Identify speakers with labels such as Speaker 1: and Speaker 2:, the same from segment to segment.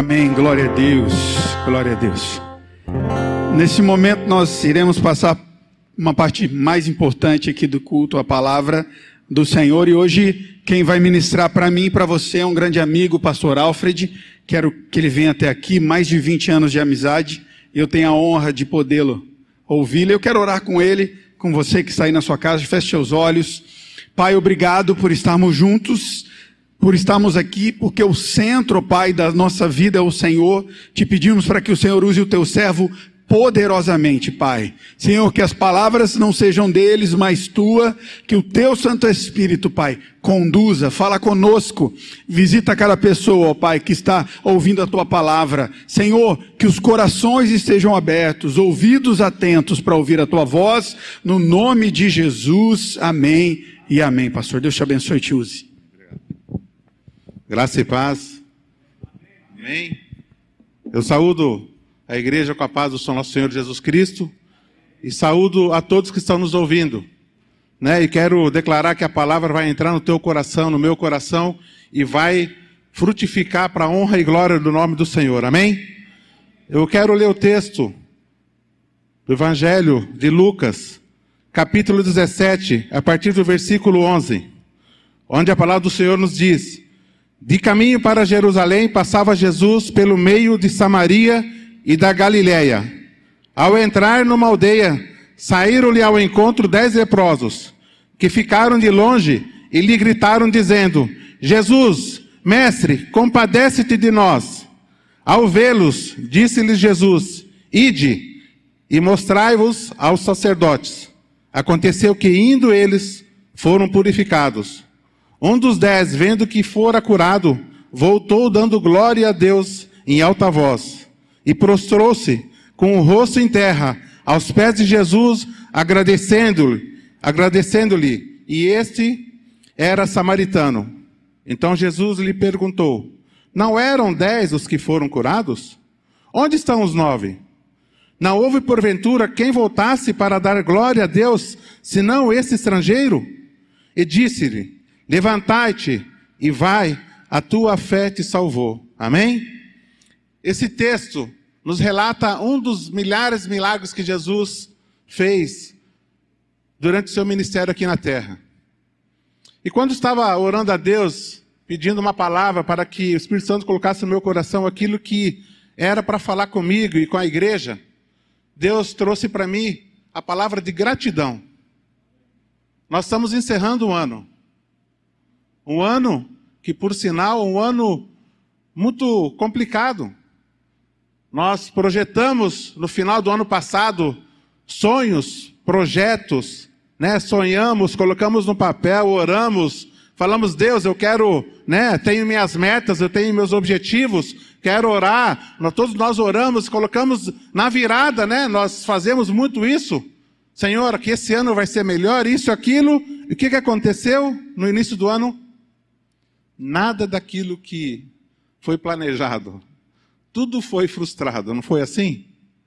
Speaker 1: Amém, glória a Deus, glória a Deus. Nesse momento nós iremos passar uma parte mais importante aqui do culto, a palavra do Senhor. E hoje quem vai ministrar para mim e para você é um grande amigo, o pastor Alfred. Quero que ele venha até aqui, mais de 20 anos de amizade. Eu tenho a honra de podê-lo ouvi-lo. Eu quero orar com ele, com você que está aí na sua casa. Feche seus olhos. Pai, obrigado por estarmos juntos, por estarmos aqui, porque o centro, Pai, da nossa vida é o Senhor. Te pedimos para que o Senhor use o teu servo poderosamente, Pai. Senhor, que as palavras não sejam deles, mas tua, que o teu Santo Espírito, Pai, conduza, fala conosco, visita cada pessoa, Pai, que está ouvindo a tua palavra. Senhor, que os corações estejam abertos, ouvidos atentos para ouvir a tua voz, no nome de Jesus, amém e amém. Pastor, Deus te abençoe e te use.
Speaker 2: Graça e paz. Amém. Eu saúdo a igreja com a paz do nosso Senhor Jesus Cristo e saúdo a todos que estão nos ouvindo, né? E quero declarar que a palavra vai entrar no teu coração, no meu coração, e vai frutificar para a honra e glória do nome do Senhor. Amém? Eu quero ler o texto do Evangelho de Lucas, capítulo 17, a partir do versículo 11, onde a palavra do Senhor nos diz: de caminho para Jerusalém, passava Jesus pelo meio de Samaria e da Galiléia. Ao entrar numa aldeia, saíram-lhe ao encontro 10 leprosos, que ficaram de longe e lhe gritaram dizendo: Jesus, mestre, compadece-te de nós. Ao vê-los, disse-lhes Jesus: ide e mostrai-vos aos sacerdotes. Aconteceu que, indo eles, foram purificados. Um dos 10, vendo que fora curado, voltou dando glória a Deus em alta voz, e prostrou-se com o rosto em terra aos pés de Jesus, agradecendo-lhe, e este era samaritano. Então Jesus lhe perguntou: não eram 10 os que foram curados? Onde estão os 9? Não houve porventura quem voltasse para dar glória a Deus, senão esse estrangeiro? E disse-lhe: levantai-te e vai, a tua fé te salvou. Amém? Esse texto nos relata um dos milhares de milagres que Jesus fez durante o seu ministério aqui na terra. E quando estava orando a Deus, pedindo uma palavra para que o Espírito Santo colocasse no meu coração aquilo que era para falar comigo e com a igreja, Deus trouxe para mim a palavra de gratidão. Nós estamos encerrando um ano. Um ano que, por sinal, um ano muito complicado. Nós projetamos, no final do ano passado, sonhos, projetos, né? Sonhamos, colocamos no papel, oramos, falamos: Deus, eu quero, né? Tenho minhas metas, eu tenho meus objetivos, quero orar. Todos nós oramos, colocamos na virada, né? Nós fazemos muito isso. Senhor, que esse ano vai ser melhor, isso, aquilo. E o que aconteceu no início do ano? Nada daquilo que foi planejado. Tudo foi frustrado, não foi assim?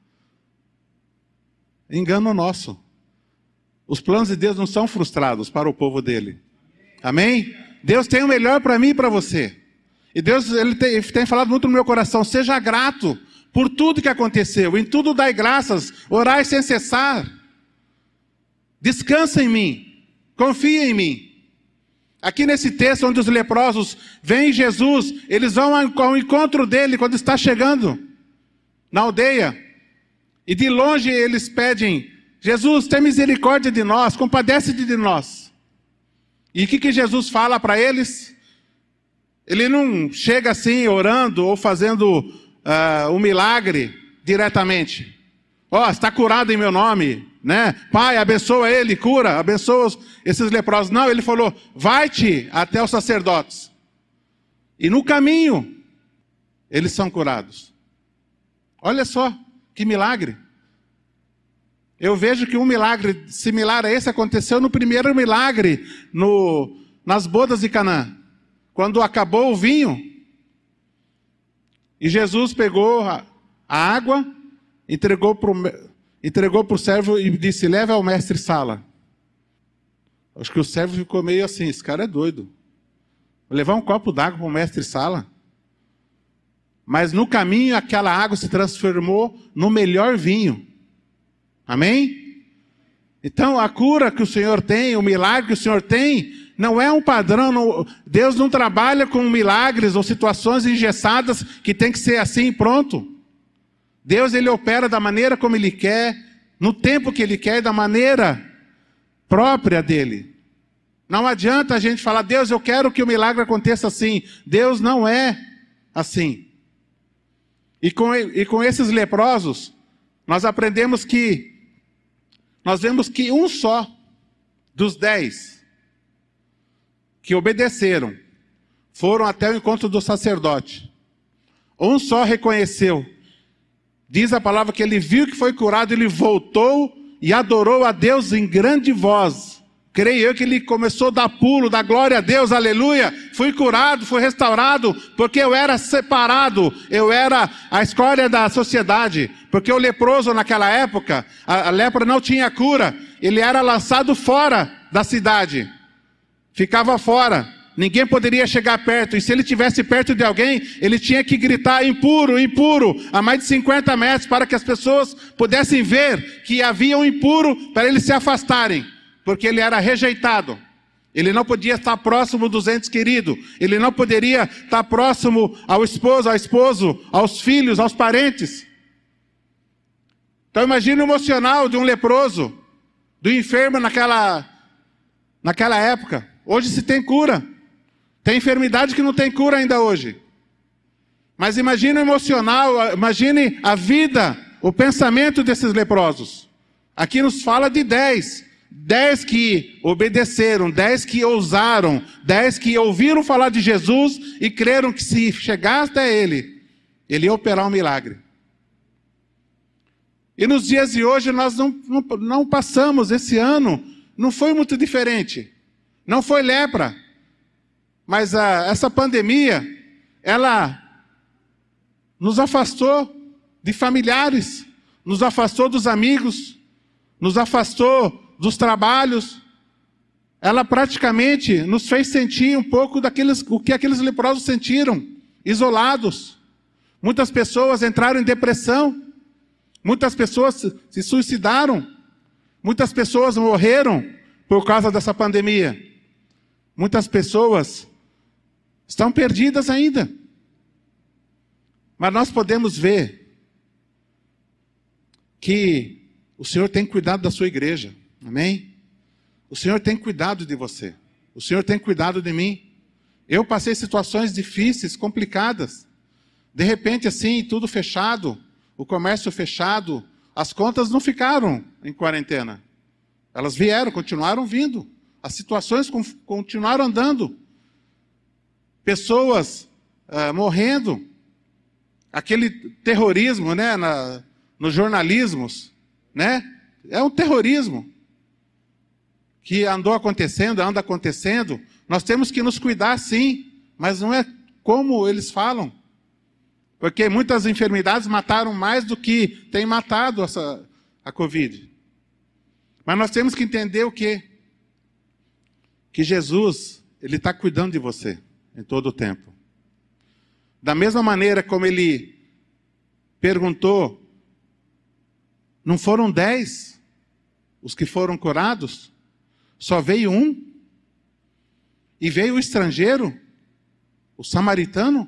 Speaker 2: Engano nosso. Os planos de Deus não são frustrados para o povo dele. Amém? Deus tem o melhor para mim e para você. E Deus ele tem falado muito no meu coração: seja grato por tudo que aconteceu. Em tudo dai graças, orai sem cessar. Descansa em mim. Confia em mim. Aqui nesse texto, onde os leprosos veem Jesus, eles vão ao encontro dele quando está chegando na aldeia. E de longe eles pedem: Jesus, tem misericórdia de nós, compadece-te de nós. E o que Jesus fala para eles? Ele não chega assim orando ou fazendo um milagre diretamente. Está curado em meu nome, né? Pai, abençoa ele, cura, abençoa esses leprosos. Não, ele falou: vai-te até os sacerdotes. E no caminho, eles são curados. Olha só, que milagre. Eu vejo que um milagre similar a esse aconteceu no primeiro milagre, nas bodas de Canaã. Quando acabou o vinho, e Jesus pegou a água, entregou para o servo e disse: leve ao mestre Sala. Acho que o servo ficou meio assim: esse cara é doido. Vou levar um copo d'água para o mestre Sala? Mas no caminho aquela água se transformou no melhor vinho. Amém? Então a cura que o Senhor tem, o milagre que o Senhor tem, não é um padrão. Deus não trabalha com milagres ou situações engessadas que tem que ser assim e pronto. Deus, Ele opera da maneira como Ele quer, no tempo que Ele quer e da maneira própria dEle. Não adianta a gente falar, Deus, eu quero que o milagre aconteça assim. Deus não é assim. E com esses leprosos, nós aprendemos nós vemos que um só dos 10 que obedeceram foram até o encontro do sacerdote. Um só reconheceu. Diz a palavra que ele viu que foi curado, ele voltou e adorou a Deus em grande voz. Creio eu que ele começou a dar pulo, dar glória a Deus, aleluia. Fui curado, fui restaurado, porque eu era separado, eu era a escória da sociedade. Porque o leproso naquela época, a lepra não tinha cura, ele era lançado fora da cidade. Ficava fora. Ninguém poderia chegar perto, e se ele estivesse perto de alguém, ele tinha que gritar impuro, impuro, a mais de 50 metros, para que as pessoas pudessem ver que havia um impuro, para eles se afastarem, porque ele era rejeitado. Ele não podia estar próximo dos entes queridos, ele não poderia estar próximo ao esposo, aos filhos, aos parentes. Então imagine o emocional de um leproso, do enfermo naquela época. Hoje se tem cura. Tem enfermidade que não tem cura ainda hoje. Mas imagine o emocional, imagine a vida, o pensamento desses leprosos. Aqui nos fala de 10. 10 que obedeceram, 10 que ousaram, 10 que ouviram falar de Jesus e creram que se chegasse até Ele ia operar um milagre. E nos dias de hoje nós não passamos, esse ano não foi muito diferente. Não foi lepra. Mas essa pandemia, ela nos afastou de familiares, nos afastou dos amigos, nos afastou dos trabalhos. Ela praticamente nos fez sentir um pouco o que aqueles leprosos sentiram, isolados. Muitas pessoas entraram em depressão, muitas pessoas se suicidaram, muitas pessoas morreram por causa dessa pandemia. Muitas pessoas estão perdidas ainda. Mas nós podemos ver que o Senhor tem cuidado da sua igreja. Amém? O Senhor tem cuidado de você. O Senhor tem cuidado de mim. Eu passei situações difíceis, complicadas. De repente, assim, tudo fechado, o comércio fechado, as contas não ficaram em quarentena. Elas vieram, continuaram vindo. As situações continuaram andando. Pessoas morrendo. Aquele terrorismo, né, nos jornalismos, né? É um terrorismo que anda acontecendo. Nós temos que nos cuidar, sim, mas não é como eles falam. Porque muitas enfermidades mataram mais do que tem matado a Covid. Mas nós temos que entender o quê? Que Jesus, Ele está cuidando de você em todo o tempo. Da mesma maneira como Ele perguntou, não foram 10 os que foram curados? Só veio um? E veio o estrangeiro, o samaritano?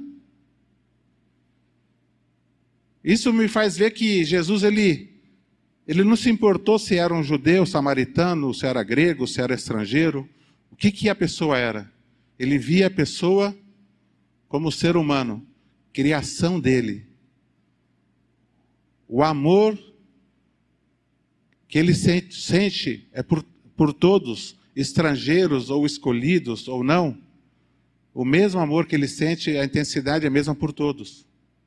Speaker 2: Isso me faz ver que Jesus, ele não se importou se era um judeu, samaritano, se era grego, se era estrangeiro. O que a pessoa era? Ele via a pessoa como ser humano, criação dele. O amor que ele sente é por todos, estrangeiros ou escolhidos ou não. O mesmo amor que ele sente, a intensidade é a mesma por todos.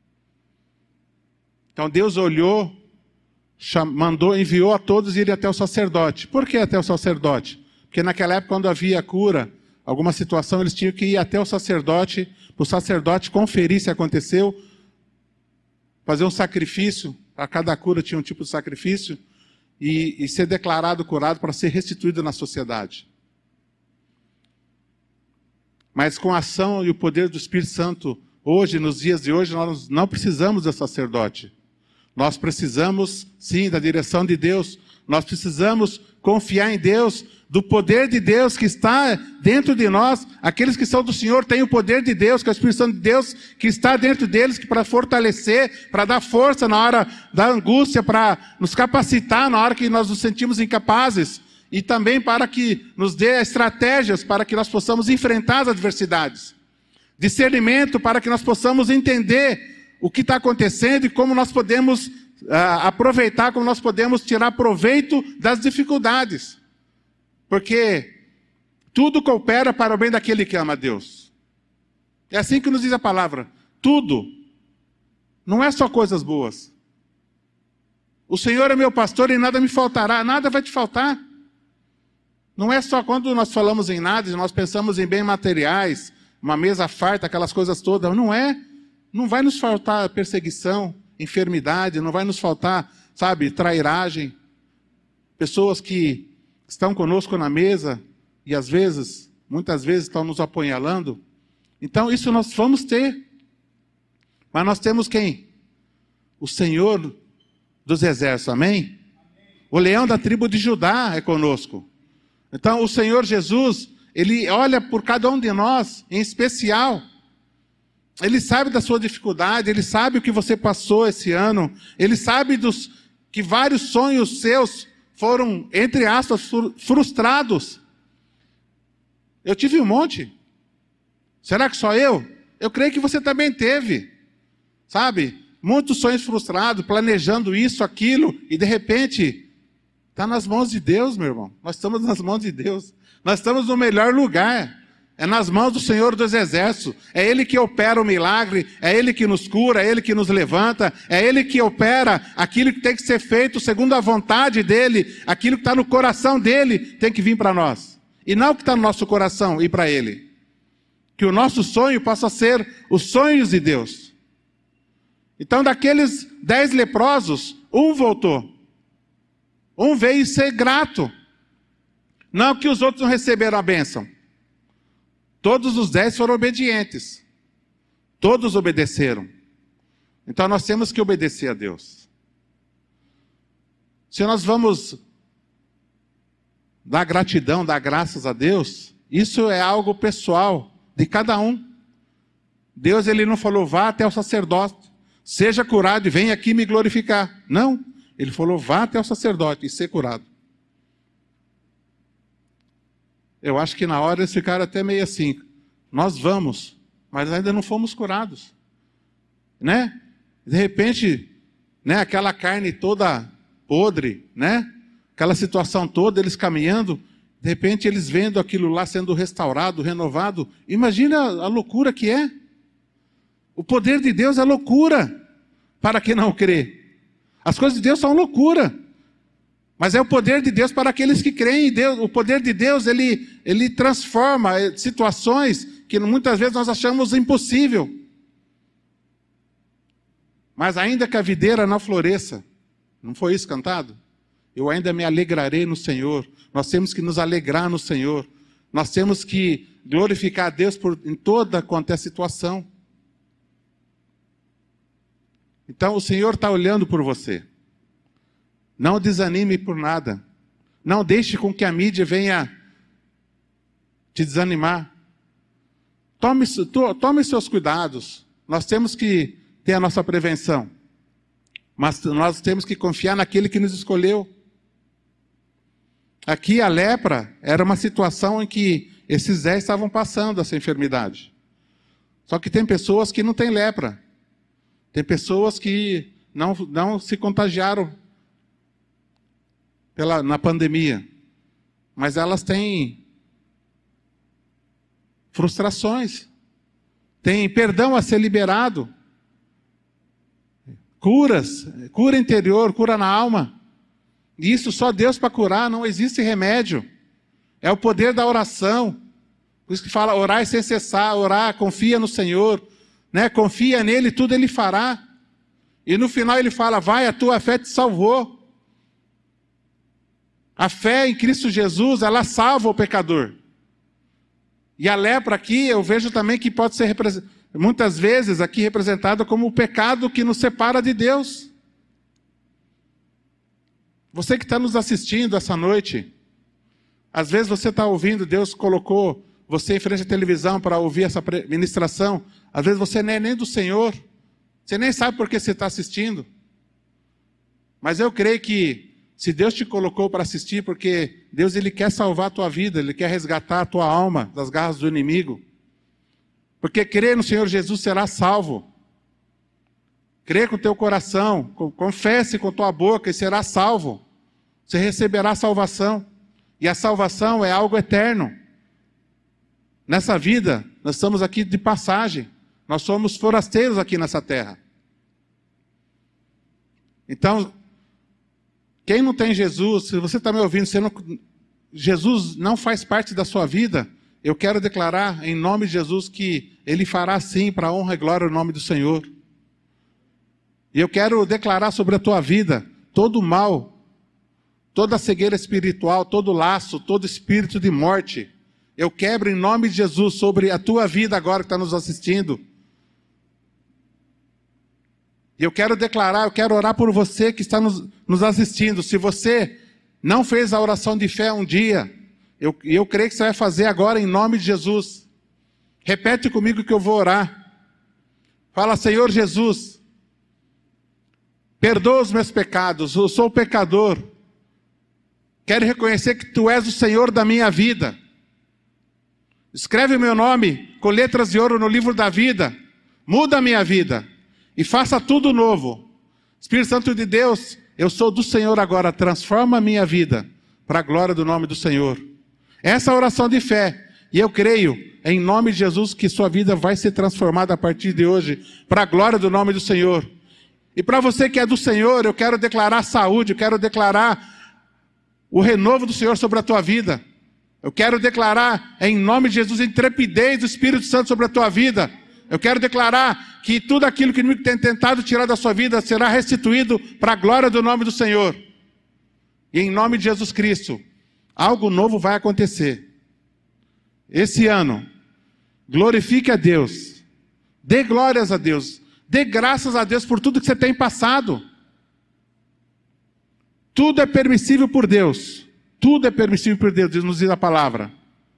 Speaker 2: Então Deus olhou, enviou a todos ir até o sacerdote. Por que até o sacerdote? Porque naquela época, quando havia cura, alguma situação, eles tinham que ir até o sacerdote, para o sacerdote conferir se aconteceu, fazer um sacrifício, a cada cura tinha um tipo de sacrifício, e ser declarado curado para ser restituído na sociedade. Mas com a ação e o poder do Espírito Santo Hoje, nos dias de hoje, nós não precisamos de sacerdote. Nós precisamos, sim, da direção de Deus. Nós precisamos confiar em Deus, do poder de Deus que está dentro de nós. Aqueles que são do Senhor têm o poder de Deus, que é a Espírito Santo de Deus que está dentro deles, que para fortalecer, para dar força na hora da angústia, para nos capacitar na hora que nós nos sentimos incapazes. E também para que nos dê estratégias para que nós possamos enfrentar as adversidades. Discernimento para que nós possamos entender o que está acontecendo e como nós podemos aproveitar, como nós podemos tirar proveito das dificuldades. Porque tudo coopera para o bem daquele que ama a Deus. É assim que nos diz a palavra. Tudo. Não é só coisas boas. O Senhor é meu pastor e nada me faltará. Nada vai te faltar. Não é só quando nós falamos em nada, nós pensamos em bem materiais, uma mesa farta, aquelas coisas todas. Não é. Não vai nos faltar perseguição, enfermidade, não vai nos faltar, sabe, trairagem. Pessoas que estão conosco na mesa e às vezes, muitas vezes estão nos apunhalando. Então isso nós vamos ter. Mas nós temos quem? O Senhor dos exércitos, amém? O leão da tribo de Judá é conosco. Então o Senhor Jesus, Ele olha por cada um de nós em especial. Ele sabe da sua dificuldade, Ele sabe o que você passou esse ano, Ele sabe que vários sonhos seus foram, entre aspas, frustrados. Eu tive um monte. Será que só eu? Eu creio que você também teve. Sabe? Muitos sonhos frustrados, planejando isso, aquilo, e de repente, está nas mãos de Deus, meu irmão. Nós estamos nas mãos de Deus. Nós estamos no melhor lugar. É nas mãos do Senhor dos Exércitos. É Ele que opera o milagre, é Ele que nos cura, é Ele que nos levanta, é Ele que opera aquilo que tem que ser feito segundo a vontade dEle, aquilo que está no coração dEle tem que vir para nós. E não o que está no nosso coração ir para Ele. Que o nosso sonho possa ser os sonhos de Deus. Então daqueles 10 leprosos, um voltou. Um veio ser grato. Não que os outros não receberam a bênção. Todos os 10 foram obedientes. Todos obedeceram. Então nós temos que obedecer a Deus. Se nós vamos dar gratidão, dar graças a Deus, isso é algo pessoal de cada um. Deus, Ele não falou, vá até o sacerdote, seja curado e venha aqui me glorificar. Não, Ele falou, vá até o sacerdote e ser curado. Eu acho que na hora eles ficaram até meio assim, nós vamos, mas ainda não fomos curados. Né? De repente, né, aquela carne toda podre, né? Aquela situação toda, eles caminhando, de repente eles vendo aquilo lá sendo restaurado, renovado. Imagina a loucura que é. O poder de Deus é loucura para quem não crê. As coisas de Deus são loucura. Mas é o poder de Deus para aqueles que creem em Deus. O poder de Deus, ele transforma situações que muitas vezes nós achamos impossível. Mas ainda que a videira não floresça, não foi isso cantado? Eu ainda me alegrarei no Senhor. Nós temos que nos alegrar no Senhor. Nós temos que glorificar a Deus em toda quanto é situação. Então o Senhor está olhando por você. Não desanime por nada. Não deixe com que a mídia venha te desanimar. Tome seus cuidados. Nós temos que ter a nossa prevenção. Mas nós temos que confiar naquele que nos escolheu. Aqui a lepra era uma situação em que esses 10 estavam passando essa enfermidade. Só que tem pessoas que não têm lepra. Tem pessoas que não se contagiaram na pandemia, mas elas têm frustrações, têm perdão a ser liberado, cura interior, cura na alma, e isso só Deus para curar, não existe remédio, é o poder da oração. Por isso que fala, orar sem cessar, orar, confia no Senhor, né? Confia nele, tudo Ele fará, e no final Ele fala, vai, a tua fé te salvou. A fé em Cristo Jesus, ela salva o pecador. E a lepra aqui, eu vejo também que pode ser muitas vezes aqui representada como o pecado que nos separa de Deus. Você que está nos assistindo essa noite, às vezes você está ouvindo, Deus colocou você em frente à televisão para ouvir essa ministração, às vezes você não é nem do Senhor, você nem sabe por que você está assistindo. Mas eu creio que se Deus te colocou para assistir, porque Deus ele quer salvar a tua vida, Ele quer resgatar a tua alma das garras do inimigo. Porque crer no Senhor Jesus será salvo. Crê com o teu coração, confesse com a tua boca e será salvo. Você receberá salvação. E a salvação é algo eterno. Nessa vida, nós estamos aqui de passagem. Nós somos forasteiros aqui nessa terra. Então, quem não tem Jesus, se você está me ouvindo, Jesus não faz parte da sua vida, eu quero declarar em nome de Jesus que Ele fará sim para a honra e glória do nome do Senhor. E eu quero declarar sobre a tua vida todo o mal, toda a cegueira espiritual, todo laço, todo espírito de morte. Eu quebro em nome de Jesus sobre a tua vida agora que está nos assistindo. E eu quero declarar, eu quero orar por você que está nos assistindo. Se você não fez a oração de fé um dia, eu creio que você vai fazer agora em nome de Jesus. Repete comigo que eu vou orar. Fala, Senhor Jesus, perdoa os meus pecados, eu sou pecador. Quero reconhecer que Tu és o Senhor da minha vida. Escreve meu nome com letras de ouro no livro da vida. Muda a minha vida e faça tudo novo. Espírito Santo de Deus, eu sou do Senhor agora, transforma a minha vida para a glória do nome do Senhor. Essa é a oração de fé, e eu creio em nome de Jesus que sua vida vai ser transformada a partir de hoje para a glória do nome do Senhor. E para você que é do Senhor, eu quero declarar saúde, eu quero declarar o renovo do Senhor sobre a tua vida. Eu quero declarar em nome de Jesus a intrepidez do Espírito Santo sobre a tua vida. Eu quero declarar que tudo aquilo que o inimigo tem tentado tirar da sua vida será restituído para a glória do nome do Senhor. E em nome de Jesus Cristo, algo novo vai acontecer. Esse ano, glorifique a Deus, dê glórias a Deus, dê graças a Deus por tudo que você tem passado. Tudo é permissível por Deus. Tudo é permissível por Deus, nos diz a palavra.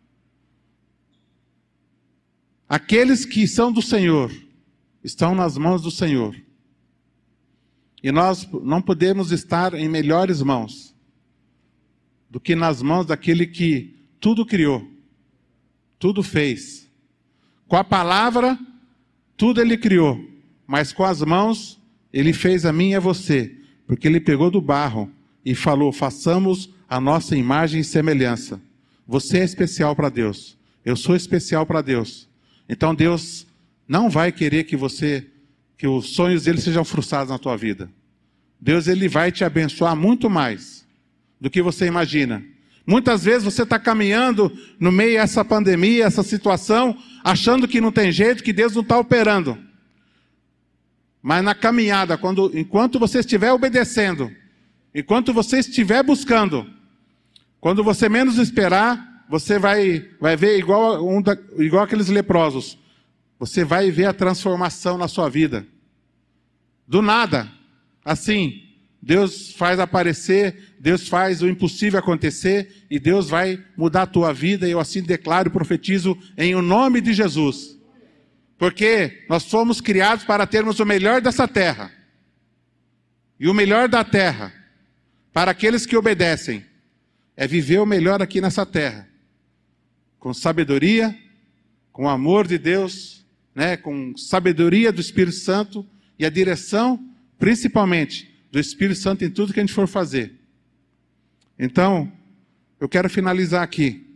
Speaker 2: Aqueles que são do Senhor, estão nas mãos do Senhor. E nós não podemos estar em melhores mãos do que nas mãos daquele que tudo criou, tudo fez. Com a palavra, tudo Ele criou, mas com as mãos, Ele fez a mim e a você, porque Ele pegou do barro e falou, façamos a nossa imagem e semelhança. Você é especial para Deus, eu sou especial para Deus. Então Deus não vai querer que os sonhos dele sejam frustrados na tua vida. Deus ele vai te abençoar muito mais do que você imagina. Muitas vezes você está caminhando no meio dessa pandemia, essa situação, achando que não tem jeito, que Deus não está operando. Mas na caminhada, enquanto você estiver obedecendo, enquanto você estiver buscando, quando você menos esperar, você vai ver igual aqueles leprosos. Você vai ver a transformação na sua vida. Do nada, assim, Deus faz aparecer, Deus faz o impossível acontecer, e Deus vai mudar a tua vida, e eu assim declaro e profetizo em o nome de Jesus. Porque nós fomos criados para termos o melhor dessa terra. E o melhor da terra, para aqueles que obedecem, é viver o melhor aqui nessa terra. Com sabedoria, com amor de Deus, com sabedoria do Espírito Santo e a direção, principalmente, do Espírito Santo em tudo que a gente for fazer. Então, eu quero finalizar aqui.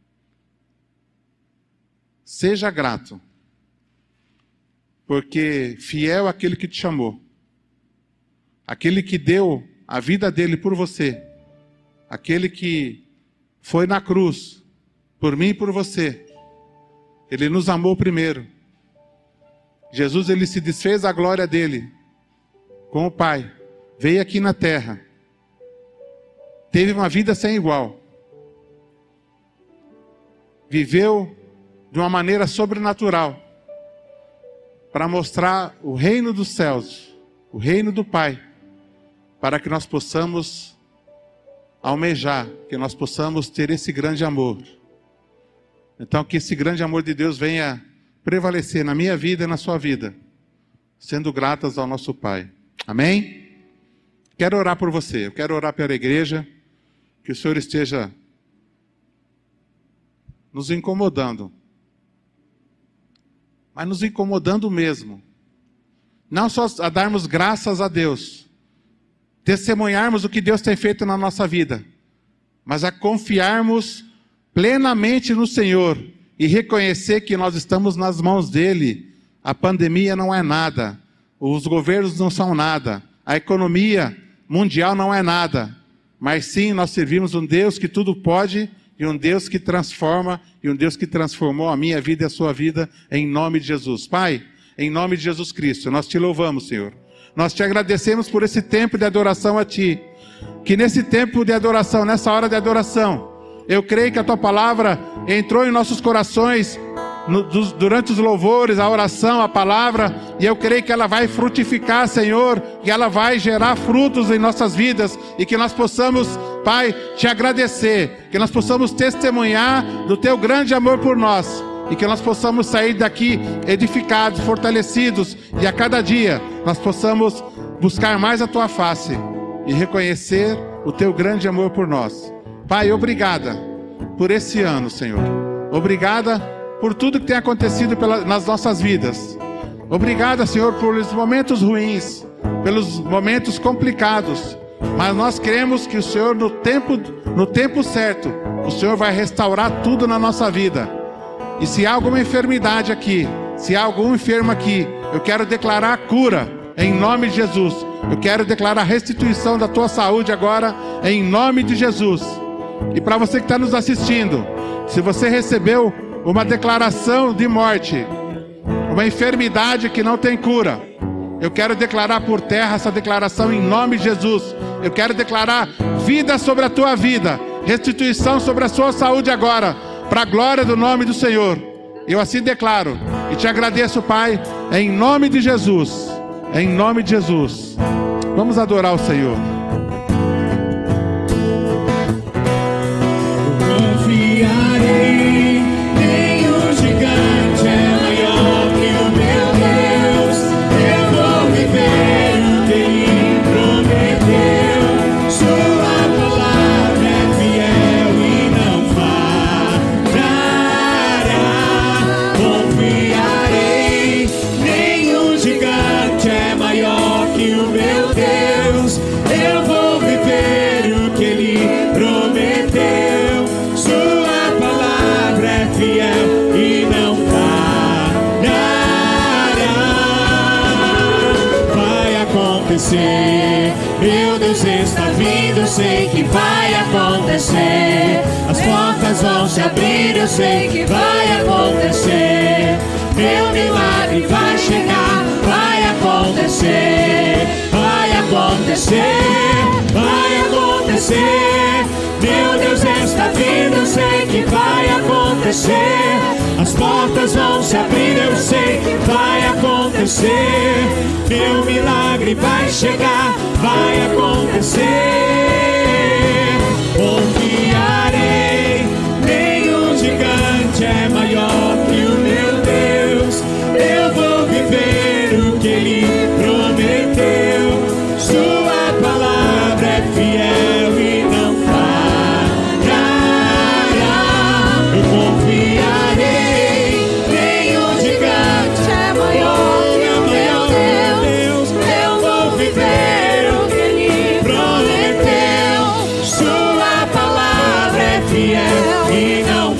Speaker 2: Seja grato, porque fiel é aquele que te chamou, aquele que deu a vida dele por você, aquele que foi na cruz, por mim e por você. Ele nos amou primeiro. Jesus, ele se desfez a glória dele com o Pai. Veio aqui na terra. Teve uma vida sem igual. Viveu de uma maneira sobrenatural. para mostrar o reino dos céus, o reino do Pai, para que nós possamos almejar, que nós possamos ter esse grande amor. Então, que esse grande amor de Deus venha prevalecer na minha vida e na sua vida, sendo gratas ao nosso Pai. Amém? Quero orar por você, eu quero orar pela igreja, que o Senhor esteja nos incomodando, mas nos incomodando mesmo. Não só a darmos graças a Deus, testemunharmos o que Deus tem feito na nossa vida, mas a confiarmos plenamente no Senhor e reconhecer que nós estamos nas mãos dEle. A pandemia não é nada, os governos não são nada, a economia mundial não é nada, mas sim nós servimos um Deus que tudo pode e um Deus que transforma e um Deus que transformou a minha vida e a sua vida em nome de Jesus. Pai, em nome de Jesus Cristo, nós te louvamos, Senhor. Nós te agradecemos por esse tempo de adoração a Ti. Que nesse tempo de adoração, nessa hora de adoração, eu creio que a Tua palavra entrou em nossos corações durante os louvores, a oração, a palavra, e eu creio que ela vai frutificar, Senhor, que ela vai gerar frutos em nossas vidas, e que nós possamos, Pai, Te agradecer, que nós possamos testemunhar do Teu grande amor por nós, e que nós possamos sair daqui edificados, fortalecidos, e a cada dia nós possamos buscar mais a Tua face, e reconhecer o Teu grande amor por nós. Pai, obrigada por esse ano, Senhor. Obrigada por tudo que tem acontecido nas nossas vidas. Obrigada, Senhor, pelos momentos ruins, pelos momentos complicados. Mas nós cremos que o Senhor, no tempo certo, o Senhor vai restaurar tudo na nossa vida. E se há alguma enfermidade aqui, se há algum enfermo aqui, eu quero declarar a cura em nome de Jesus. Eu quero declarar a restituição da tua saúde agora em nome de Jesus. E para você que está nos assistindo, se você recebeu uma declaração de morte, uma enfermidade que não tem cura, eu quero declarar por terra essa declaração em nome de Jesus. Eu quero declarar vida sobre a tua vida, restituição sobre a sua saúde agora, para a glória do nome do Senhor. Eu assim declaro e te agradeço, Pai, em nome de Jesus. Em nome de Jesus. Vamos adorar o Senhor.
Speaker 3: Confiarei, nenhum gigante é maior que o meu Deus. Eu vou viver o que Ele prometeu. Sua palavra é fiel e não falhará. Confiarei, nenhum gigante é maior que o meu Deus. Eu vou viver o que Ele prometeu. Sua palavra é fiel e não falhará. Vai acontecer, meu Deus está vindo, eu sei que vai acontecer. As portas vão se abrir, eu sei que vai acontecer. Meu milagre vai chegar, vai acontecer. Vai acontecer, vai acontecer. Meu Deus está vindo, eu sei que vai acontecer. As portas vão se abrir, eu sei que vai acontecer. Meu milagre vai chegar, vai acontecer. Confiarei, nenhum gigante é maior que o meu Deus. Eu vou viver o que Ele prometeu. Sua palavra é fiel e não falhará. Eu confiarei, nenhum gigante é maior que o meu Deus. Eu vou viver o que Ele prometeu. Sua palavra é fiel e não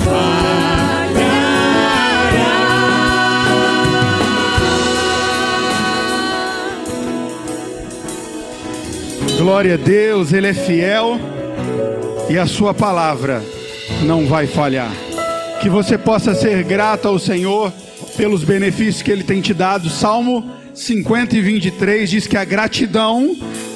Speaker 3: falhará.
Speaker 1: Glória a Deus, Ele é fiel e a sua palavra não vai falhar. Que você possa ser grato ao Senhor pelos benefícios que Ele tem te dado. Salmo 50 e 23 diz que a gratidão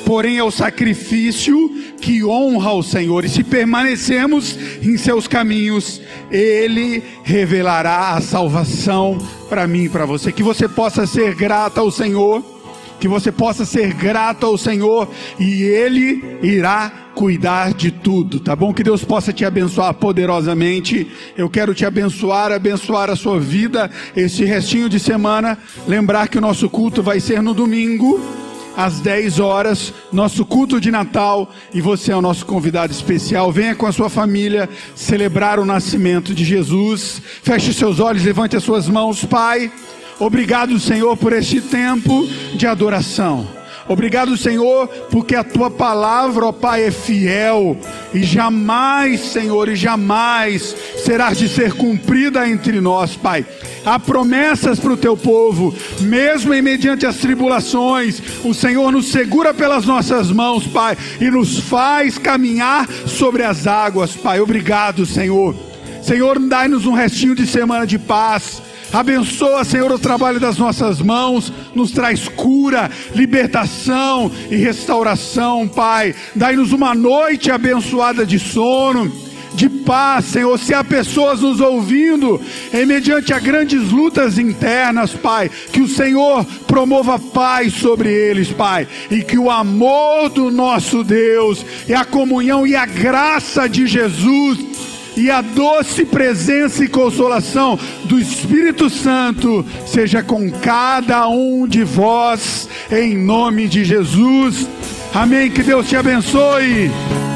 Speaker 1: porém é o sacrifício que honra o Senhor. E se permanecemos em seus caminhos, Ele revelará a salvação para mim e para você. Que você possa ser grato ao Senhor, que você possa ser grato ao Senhor, e Ele irá cuidar de tudo, tá bom? Que Deus possa te abençoar poderosamente. Eu quero te abençoar a sua vida, esse restinho de semana. Lembrar que o nosso culto vai ser no domingo, às 10 horas, nosso culto de Natal, e você é o nosso convidado especial. Venha com a sua família celebrar o nascimento de Jesus. Feche seus olhos, levante as suas mãos. Pai, obrigado, Senhor, por este tempo de adoração. Obrigado, Senhor, porque a Tua palavra, ó Pai, é fiel, e jamais, Senhor, e jamais será de ser cumprida entre nós, Pai. Há promessas para o Teu povo, mesmo em mediante as tribulações, o Senhor nos segura pelas nossas mãos, Pai, e nos faz caminhar sobre as águas, Pai. Obrigado, Senhor. Senhor, dai-nos um restinho de semana de paz. Abençoa, Senhor, o trabalho das nossas mãos, nos traz cura, libertação e restauração, Pai. Dai-nos uma noite abençoada de sono, de paz, Senhor. Se há pessoas nos ouvindo, mediante a grandes lutas internas, Pai, que o Senhor promova paz sobre eles, Pai, e que o amor do nosso Deus, e a comunhão e a graça de Jesus, e a doce presença e consolação do Espírito Santo seja com cada um de vós, em nome de Jesus. Amém. Que Deus te abençoe.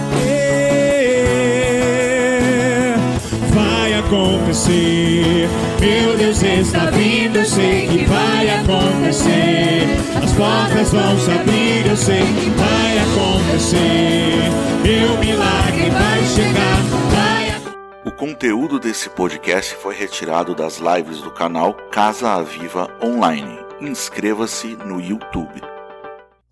Speaker 3: Vai acontecer, meu Deus está vindo, eu sei que vai acontecer. As portas vão se abrir, eu sei que vai acontecer. Meu milagre vai chegar.
Speaker 4: O conteúdo desse podcast foi retirado das lives do canal Casa Aviva Online. Inscreva-se no YouTube.